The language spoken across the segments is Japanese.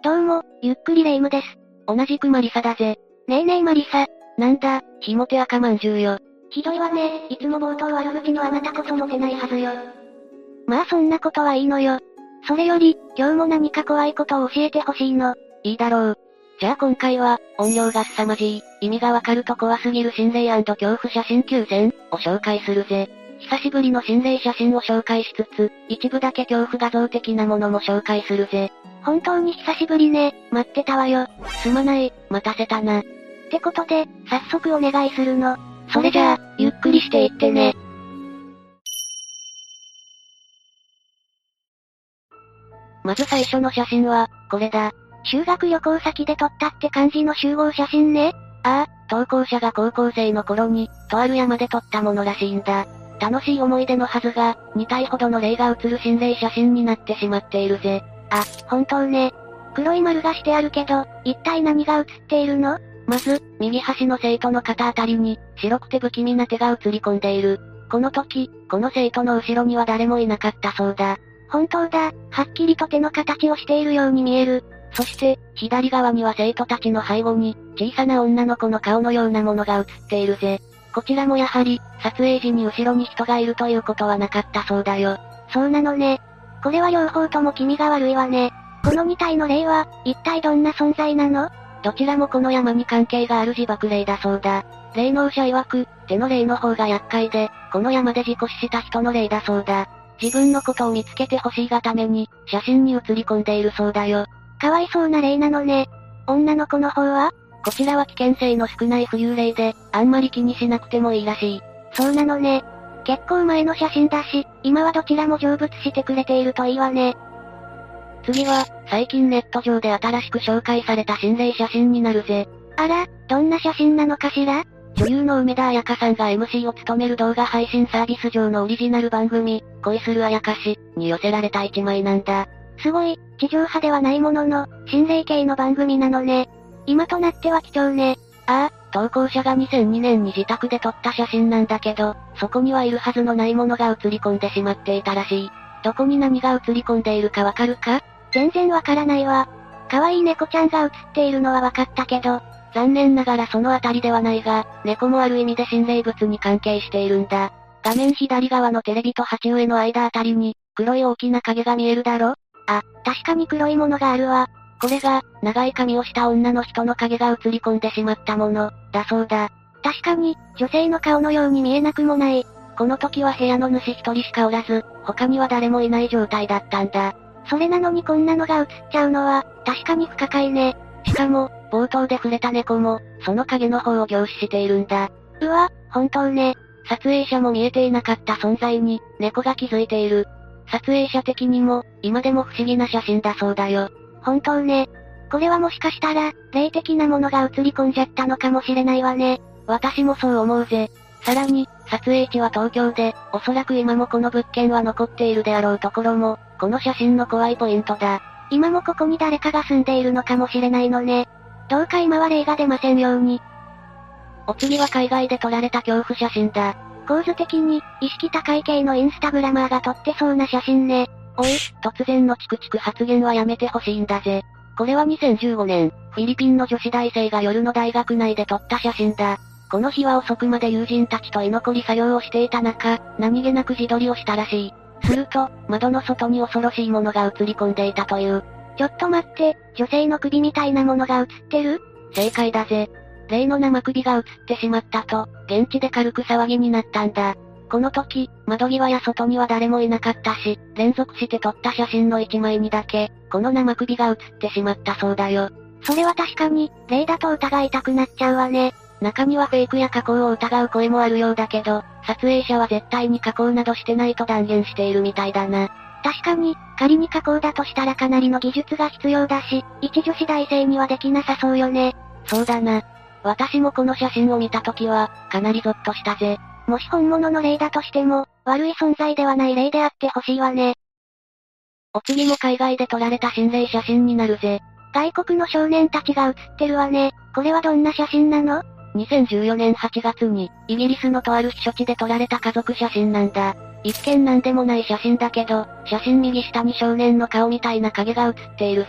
どうも、ゆっくりレ夢ムです。 同じくマリサだぜ。 ねえねえマリサ。 なんだ、ひもて赤まんじゅうよ。 ひどいわね、いつも冒頭悪口のあなたこそモテないはずよ。まあそんなことはいいのよ。それより、今日も何か怖いことを教えてほしいの。 いいだろう。じゃあ今回は、音量が凄まじい、意味がわかると怖すぎる心霊&恐怖写真9選を紹介するぜ。久しぶりの心霊写真を紹介しつつ、一部だけ恐怖画像的なものも紹介するぜ。 本当に久しぶりね、待ってたわよ。 すまない、待たせたな。 ってことで、早速お願いするの。 それじゃあ、ゆっくりしていってね。まず最初の写真は、これだ。 修学旅行先で撮ったって感じの集合写真ね。 ああ、投稿者が高校生の頃に、とある山で撮ったものらしいんだ。楽しい思い出のはずが、2体ほどの霊が写る心霊写真になってしまっているぜ。 あ、本当ね。黒い丸がしてあるけど、一体何が写っているの？ まず、右端の生徒の肩あたりに、白くて不気味な手が映り込んでいる。この時、この生徒の後ろには誰もいなかったそうだ。 本当だ、はっきりと手の形をしているように見える。 そして、左側には生徒たちの背後に、小さな女の子の顔のようなものが映っているぜ。こちらもやはり、撮影時に後ろに人がいるということはなかったそうだよ。 そうなのね。これは両方とも気味が悪いわね。この2体の霊は、一体どんな存在なの？ どちらもこの山に関係がある自爆霊だそうだ。霊能者曰く、手の霊の方が厄介で、この山で事故死した人の霊だそうだ。自分のことを見つけてほしいがために、写真に写り込んでいるそうだよ。 かわいそうな霊なのね。女の子の方は？ こちらは危険性の少ない浮遊霊で、あんまり気にしなくてもいいらしい。 そうなのね。結構前の写真だし、今はどちらも成仏してくれているといいわね。 次は、最近ネット上で新しく紹介された心霊写真になるぜ。 あら、どんな写真なのかしら？ 女優の梅田彩香さんが MC を務める動画配信サービス上のオリジナル番組、恋する彩香氏に寄せられた一枚なんだ。 すごい、地上波ではないものの、心霊系の番組なのね。今となっては貴重ね。 ああ、投稿者が2002年に自宅で撮った写真なんだけど、そこにはいるはずのないものが映り込んでしまっていたらしい。どこに何が映り込んでいるかわかるか？ 全然わからないわ。可愛い猫ちゃんが映っているのはわかったけど、 残念ながらそのあたりではないが、猫もある意味で心霊物に関係しているんだ。画面左側のテレビと鉢植えの間あたりに、黒い大きな影が見えるだろ？ あ、確かに黒いものがあるわ。 これが、長い髪をした女の人の影が映り込んでしまったもの、だそうだ。 確かに、女性の顔のように見えなくもない。 この時は部屋の主一人しかおらず、他には誰もいない状態だったんだ。 それなのにこんなのが映っちゃうのは、確かに不可解ね。 しかも、冒頭で触れた猫も、その影の方を凝視しているんだ。 うわ、本当ね。 撮影者も見えていなかった存在に、猫が気づいている。撮影者的にも、今でも不思議な写真だそうだよ。 本当ね。これはもしかしたら、霊的なものが映り込んじゃったのかもしれないわね。 私もそう思うぜ。さらに、撮影地は東京で、おそらく今もこの物件は残っているであろうところも、この写真の怖いポイントだ。 今もここに誰かが住んでいるのかもしれないのね。どうか今は霊が出ませんように。 お次は海外で撮られた恐怖写真だ。 構図的に、意識高い系のインスタグラマーが撮ってそうな写真ね。 おい、突然のチクチク発言はやめてほしいんだぜ。これは2015年、フィリピンの女子大生が夜の大学内で撮った写真だ。この日は遅くまで友人たちと居残り作業をしていた中、何気なく自撮りをしたらしい。すると、窓の外に恐ろしいものが映り込んでいたという。 ちょっと待って、女性の首みたいなものが映ってる？ 正解だぜ。例の生首が映ってしまったと、現地で軽く騒ぎになったんだ。この時、窓際や外には誰もいなかったし、連続して撮った写真の一枚にだけ、この生首が写ってしまったそうだよ。 それは確かに、霊だと疑いたくなっちゃうわね。 中にはフェイクや加工を疑う声もあるようだけど、撮影者は絶対に加工などしてないと断言しているみたいだな。 確かに、仮に加工だとしたらかなりの技術が必要だし、一女子大生にはできなさそうよね。 そうだな。私もこの写真を見た時は、かなりゾッとしたぜ。 もし本物の霊だとしても、悪い存在ではない霊であってほしいわね。 お次も海外で撮られた心霊写真になるぜ。 外国の少年たちが写ってるわね。これはどんな写真なの ？2014年8月に、イギリスのとある避暑地で撮られた家族写真なんだ。一見なんでもない写真だけど、写真右下に少年の顔みたいな影が写っているぜ。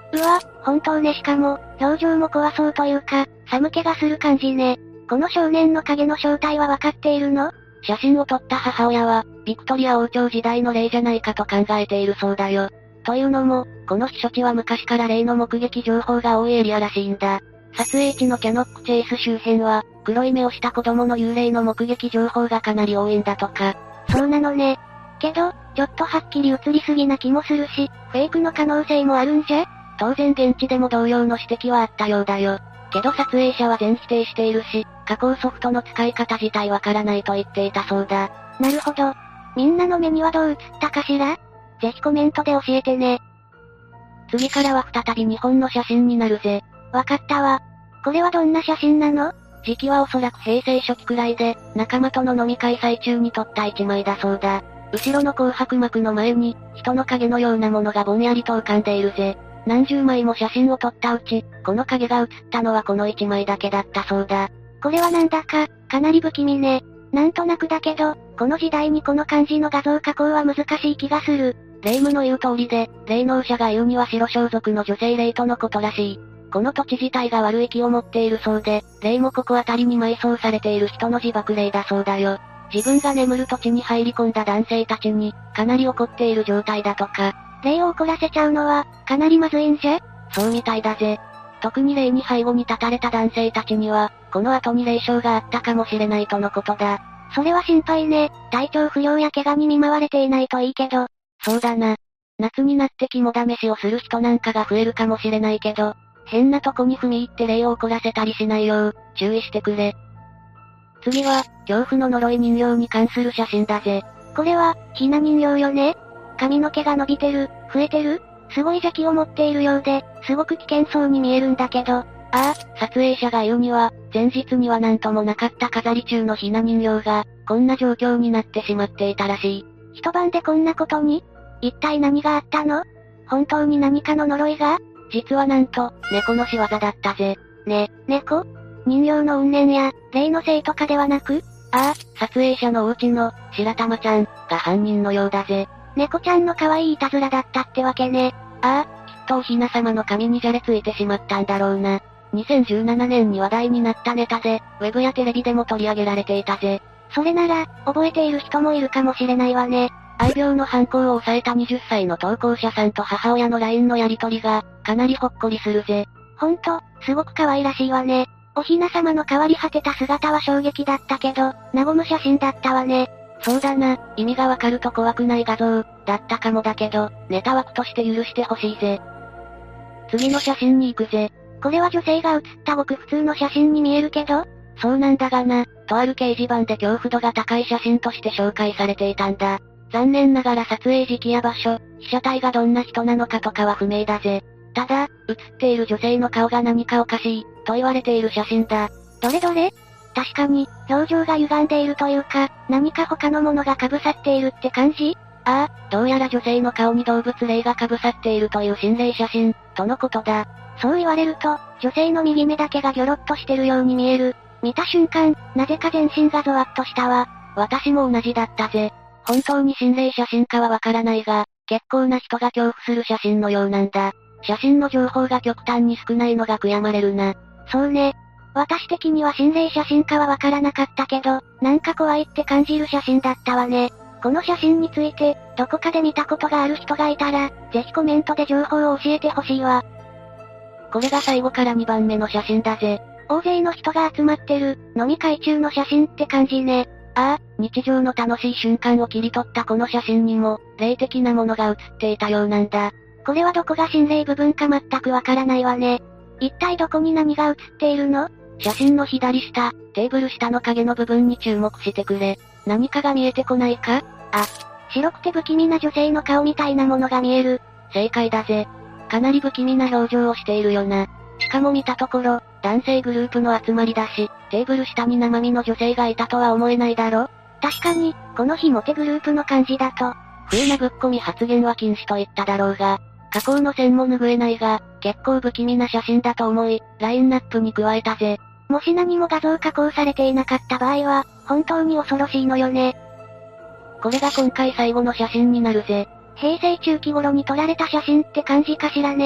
うわ、本当ね。しかも、表情も怖そうというか、寒気がする感じね。この少年の影の正体はわかっているの？ 写真を撮った母親は、ビクトリア王朝時代の霊じゃないかと考えているそうだよ。というのも、この避暑地は昔から霊の目撃情報が多いエリアらしいんだ。撮影地のキャノックチェイス周辺は、黒い目をした子供の幽霊の目撃情報がかなり多いんだとか。 そうなのね。けど、ちょっとはっきり映りすぎな気もするし、フェイクの可能性もあるんじゃ？ 当然現地でも同様の指摘はあったようだよ。けど撮影者は全否定しているし、加工ソフトの使い方自体わからないと言っていたそうだ。 なるほど。みんなの目にはどう映ったかしら？ぜひコメントで教えてね。 次からは再び日本の写真になるぜ。 わかったわ。これはどんな写真なの？ 時期はおそらく平成初期くらいで、仲間との飲み会最中に撮った一枚だそうだ。後ろの紅白幕の前に、人の影のようなものがぼんやりと浮かんでいるぜ。何十枚も写真を撮ったうち、この影が写ったのはこの一枚だけだったそうだ。 これはなんだか、かなり不気味ね。なんとなくだけど、この時代にこの感じの画像加工は難しい気がする。 霊夢の言う通りで、霊能者が言うには白装束の女性霊とのことらしい。この土地自体が悪い気を持っているそうで、霊もここあたりに埋葬されている人の自爆霊だそうだよ。自分が眠る土地に入り込んだ男性たちに、かなり怒っている状態だとか。 霊を怒らせちゃうのは、かなりまずいんじゃ？ そうみたいだぜ。特に霊に背後に立たれた男性たちには、この後に霊障があったかもしれないとのことだ。 それは心配ね。体調不良や怪我に見舞われていないといいけど。 そうだな。夏になって肝試しをする人なんかが増えるかもしれないけど、変なとこに踏み入って霊を怒らせたりしないよう、注意してくれ。次は、恐怖の呪い人形に関する写真だぜ。 これは、ひな人形よね？髪の毛が伸びてる、増えてる？すごい邪気を持っているようで、すごく危険そうに見えるんだけど。 ああ、撮影者が言うには、前日にはなんともなかった飾り中のひな人形が、こんな状況になってしまっていたらしい。 一晩でこんなことに？一体何があったの？本当に何かの呪いが？ 実はなんと、猫の仕業だったぜ。 猫？人形の怨念や、霊のせいとかではなく？ ああ、撮影者のお家の、白玉ちゃん、が犯人のようだぜ。 猫ちゃんの可愛いいたずらだったってわけね。 ああ、きっとおひな様の髪にじゃれついてしまったんだろうな。2017年に話題になったネタで、ウェブやテレビでも取り上げられていたぜ。 それなら、覚えている人もいるかもしれないわね。 愛病の犯行を抑えた20歳の投稿者さんと母親の LINE のやりとりが、かなりほっこりするぜ。 ほんと、すごく可愛らしいわね。おひな様の変わり果てた姿は衝撃だったけど、和む写真だったわね。 そうだな、意味がわかると怖くない画像、だったかもだけど、ネタ枠として許してほしいぜ。次の写真に行くぜ。 これは女性が写ったごく普通の写真に見えるけど？ そうなんだがな、とある掲示板で恐怖度が高い写真として紹介されていたんだ。残念ながら撮影時期や場所、被写体がどんな人なのかとかは不明だぜ。ただ、写っている女性の顔が何かおかしい、と言われている写真だ。 どれどれ？確かに、表情が歪んでいるというか、何か他のものが被さっているって感じ？ ああ、どうやら女性の顔に動物霊が被さっているという心霊写真、とのことだ。 そう言われると、女性の右目だけがギョロッとしてるように見える。見た瞬間、なぜか全身がゾワッとしたわ。 私も同じだったぜ。本当に心霊写真かはわからないが、結構な人が恐怖する写真のようなんだ。写真の情報が極端に少ないのが悔やまれるな。 そうね。私的には心霊写真かはわからなかったけど、なんか怖いって感じる写真だったわね。この写真について、どこかで見たことがある人がいたら、ぜひコメントで情報を教えてほしいわ。 これが最後から2番目の写真だぜ。 大勢の人が集まってる、飲み会中の写真って感じね。 ああ、日常の楽しい瞬間を切り取ったこの写真にも、霊的なものが写っていたようなんだ。 これはどこが心霊部分か全くわからないわね。一体どこに何が写っているの？ 写真の左下、テーブル下の影の部分に注目してくれ。何かが見えてこないか？ あ、白くて不気味な女性の顔みたいなものが見える。 正解だぜ。かなり不気味な表情をしているよな。しかも見たところ、男性グループの集まりだし、テーブル下に生身の女性がいたとは思えないだろ？ 確かに、この日モテグループの感じだと。 不意なぶっ込み発言は禁止と言っただろうが、加工の線も拭えないが、結構不気味な写真だと思い、ラインナップに加えたぜ。 もし何も画像加工されていなかった場合は、本当に恐ろしいのよね。 これが今回最後の写真になるぜ。 平成中期頃に撮られた写真って感じかしらね？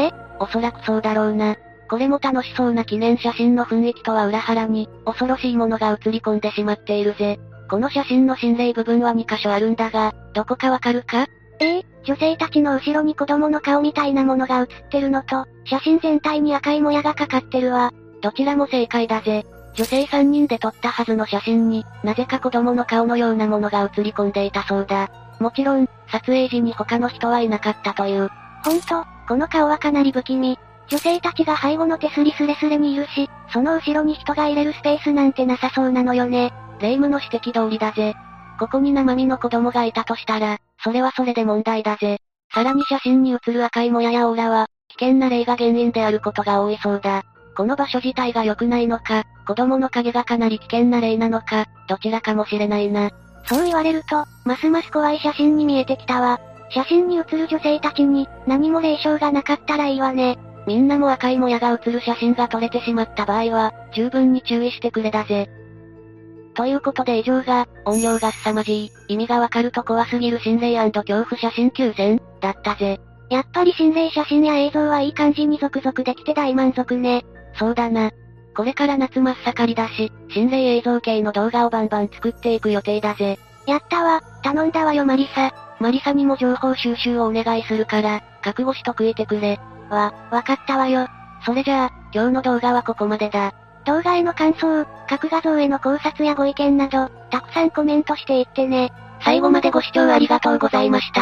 おそらくそうだろうな。これも楽しそうな記念写真の雰囲気とは裏腹に、恐ろしいものが写り込んでしまっているぜ。この写真の心霊部分は2箇所あるんだが、どこかわかるか？ 女性たちの後ろに子供の顔みたいなものが写ってるのと、写真全体に赤いもやがかかってるわ。 どちらも正解だぜ。女性3人で撮ったはずの写真に、なぜか子供の顔のようなものが写り込んでいたそうだ。もちろん、撮影時に他の人はいなかったという。 ほんと、この顔はかなり不気味。女性たちが背後の手すりすれすれにいるし、その後ろに人が入れるスペースなんてなさそうなのよね。 霊夢の指摘通りだぜ。ここに生身の子供がいたとしたら、それはそれで問題だぜ。さらに写真に写る赤いもややオーラは、危険な霊が原因であることが多いそうだ。この場所自体が良くないのか、子供の影がかなり危険な霊なのか、どちらかもしれないな。 そう言われると、ますます怖い写真に見えてきたわ。写真に写る女性たちに、何も霊障がなかったらいいわね。 みんなも赤いもやが写る写真が撮れてしまった場合は、十分に注意してくれだぜ。ということで以上が、音量が凄まじい、意味がわかると怖すぎる心霊&恐怖写真9選、だったぜ。 やっぱり心霊写真や映像はいい感じに続々できて大満足ね。 そうだな。これから夏真っ盛りだし、心霊映像系の動画をバンバン作っていく予定だぜ。 やったわ、頼んだわよマリサ。 マリサにも情報収集をお願いするから、覚悟しとくいてくれ。 わかったわよ。 それじゃあ、今日の動画はここまでだ。 動画への感想、各画像への考察やご意見など、たくさんコメントしていってね。 最後までご視聴ありがとうございました。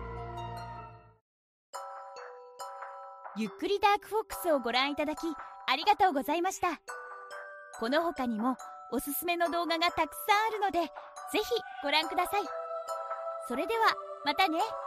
ゆっくりダークフォックスをご覧いただき、ありがとうございました。この他にも、おすすめの動画がたくさんあるので、ぜひご覧ください。それでは、またね。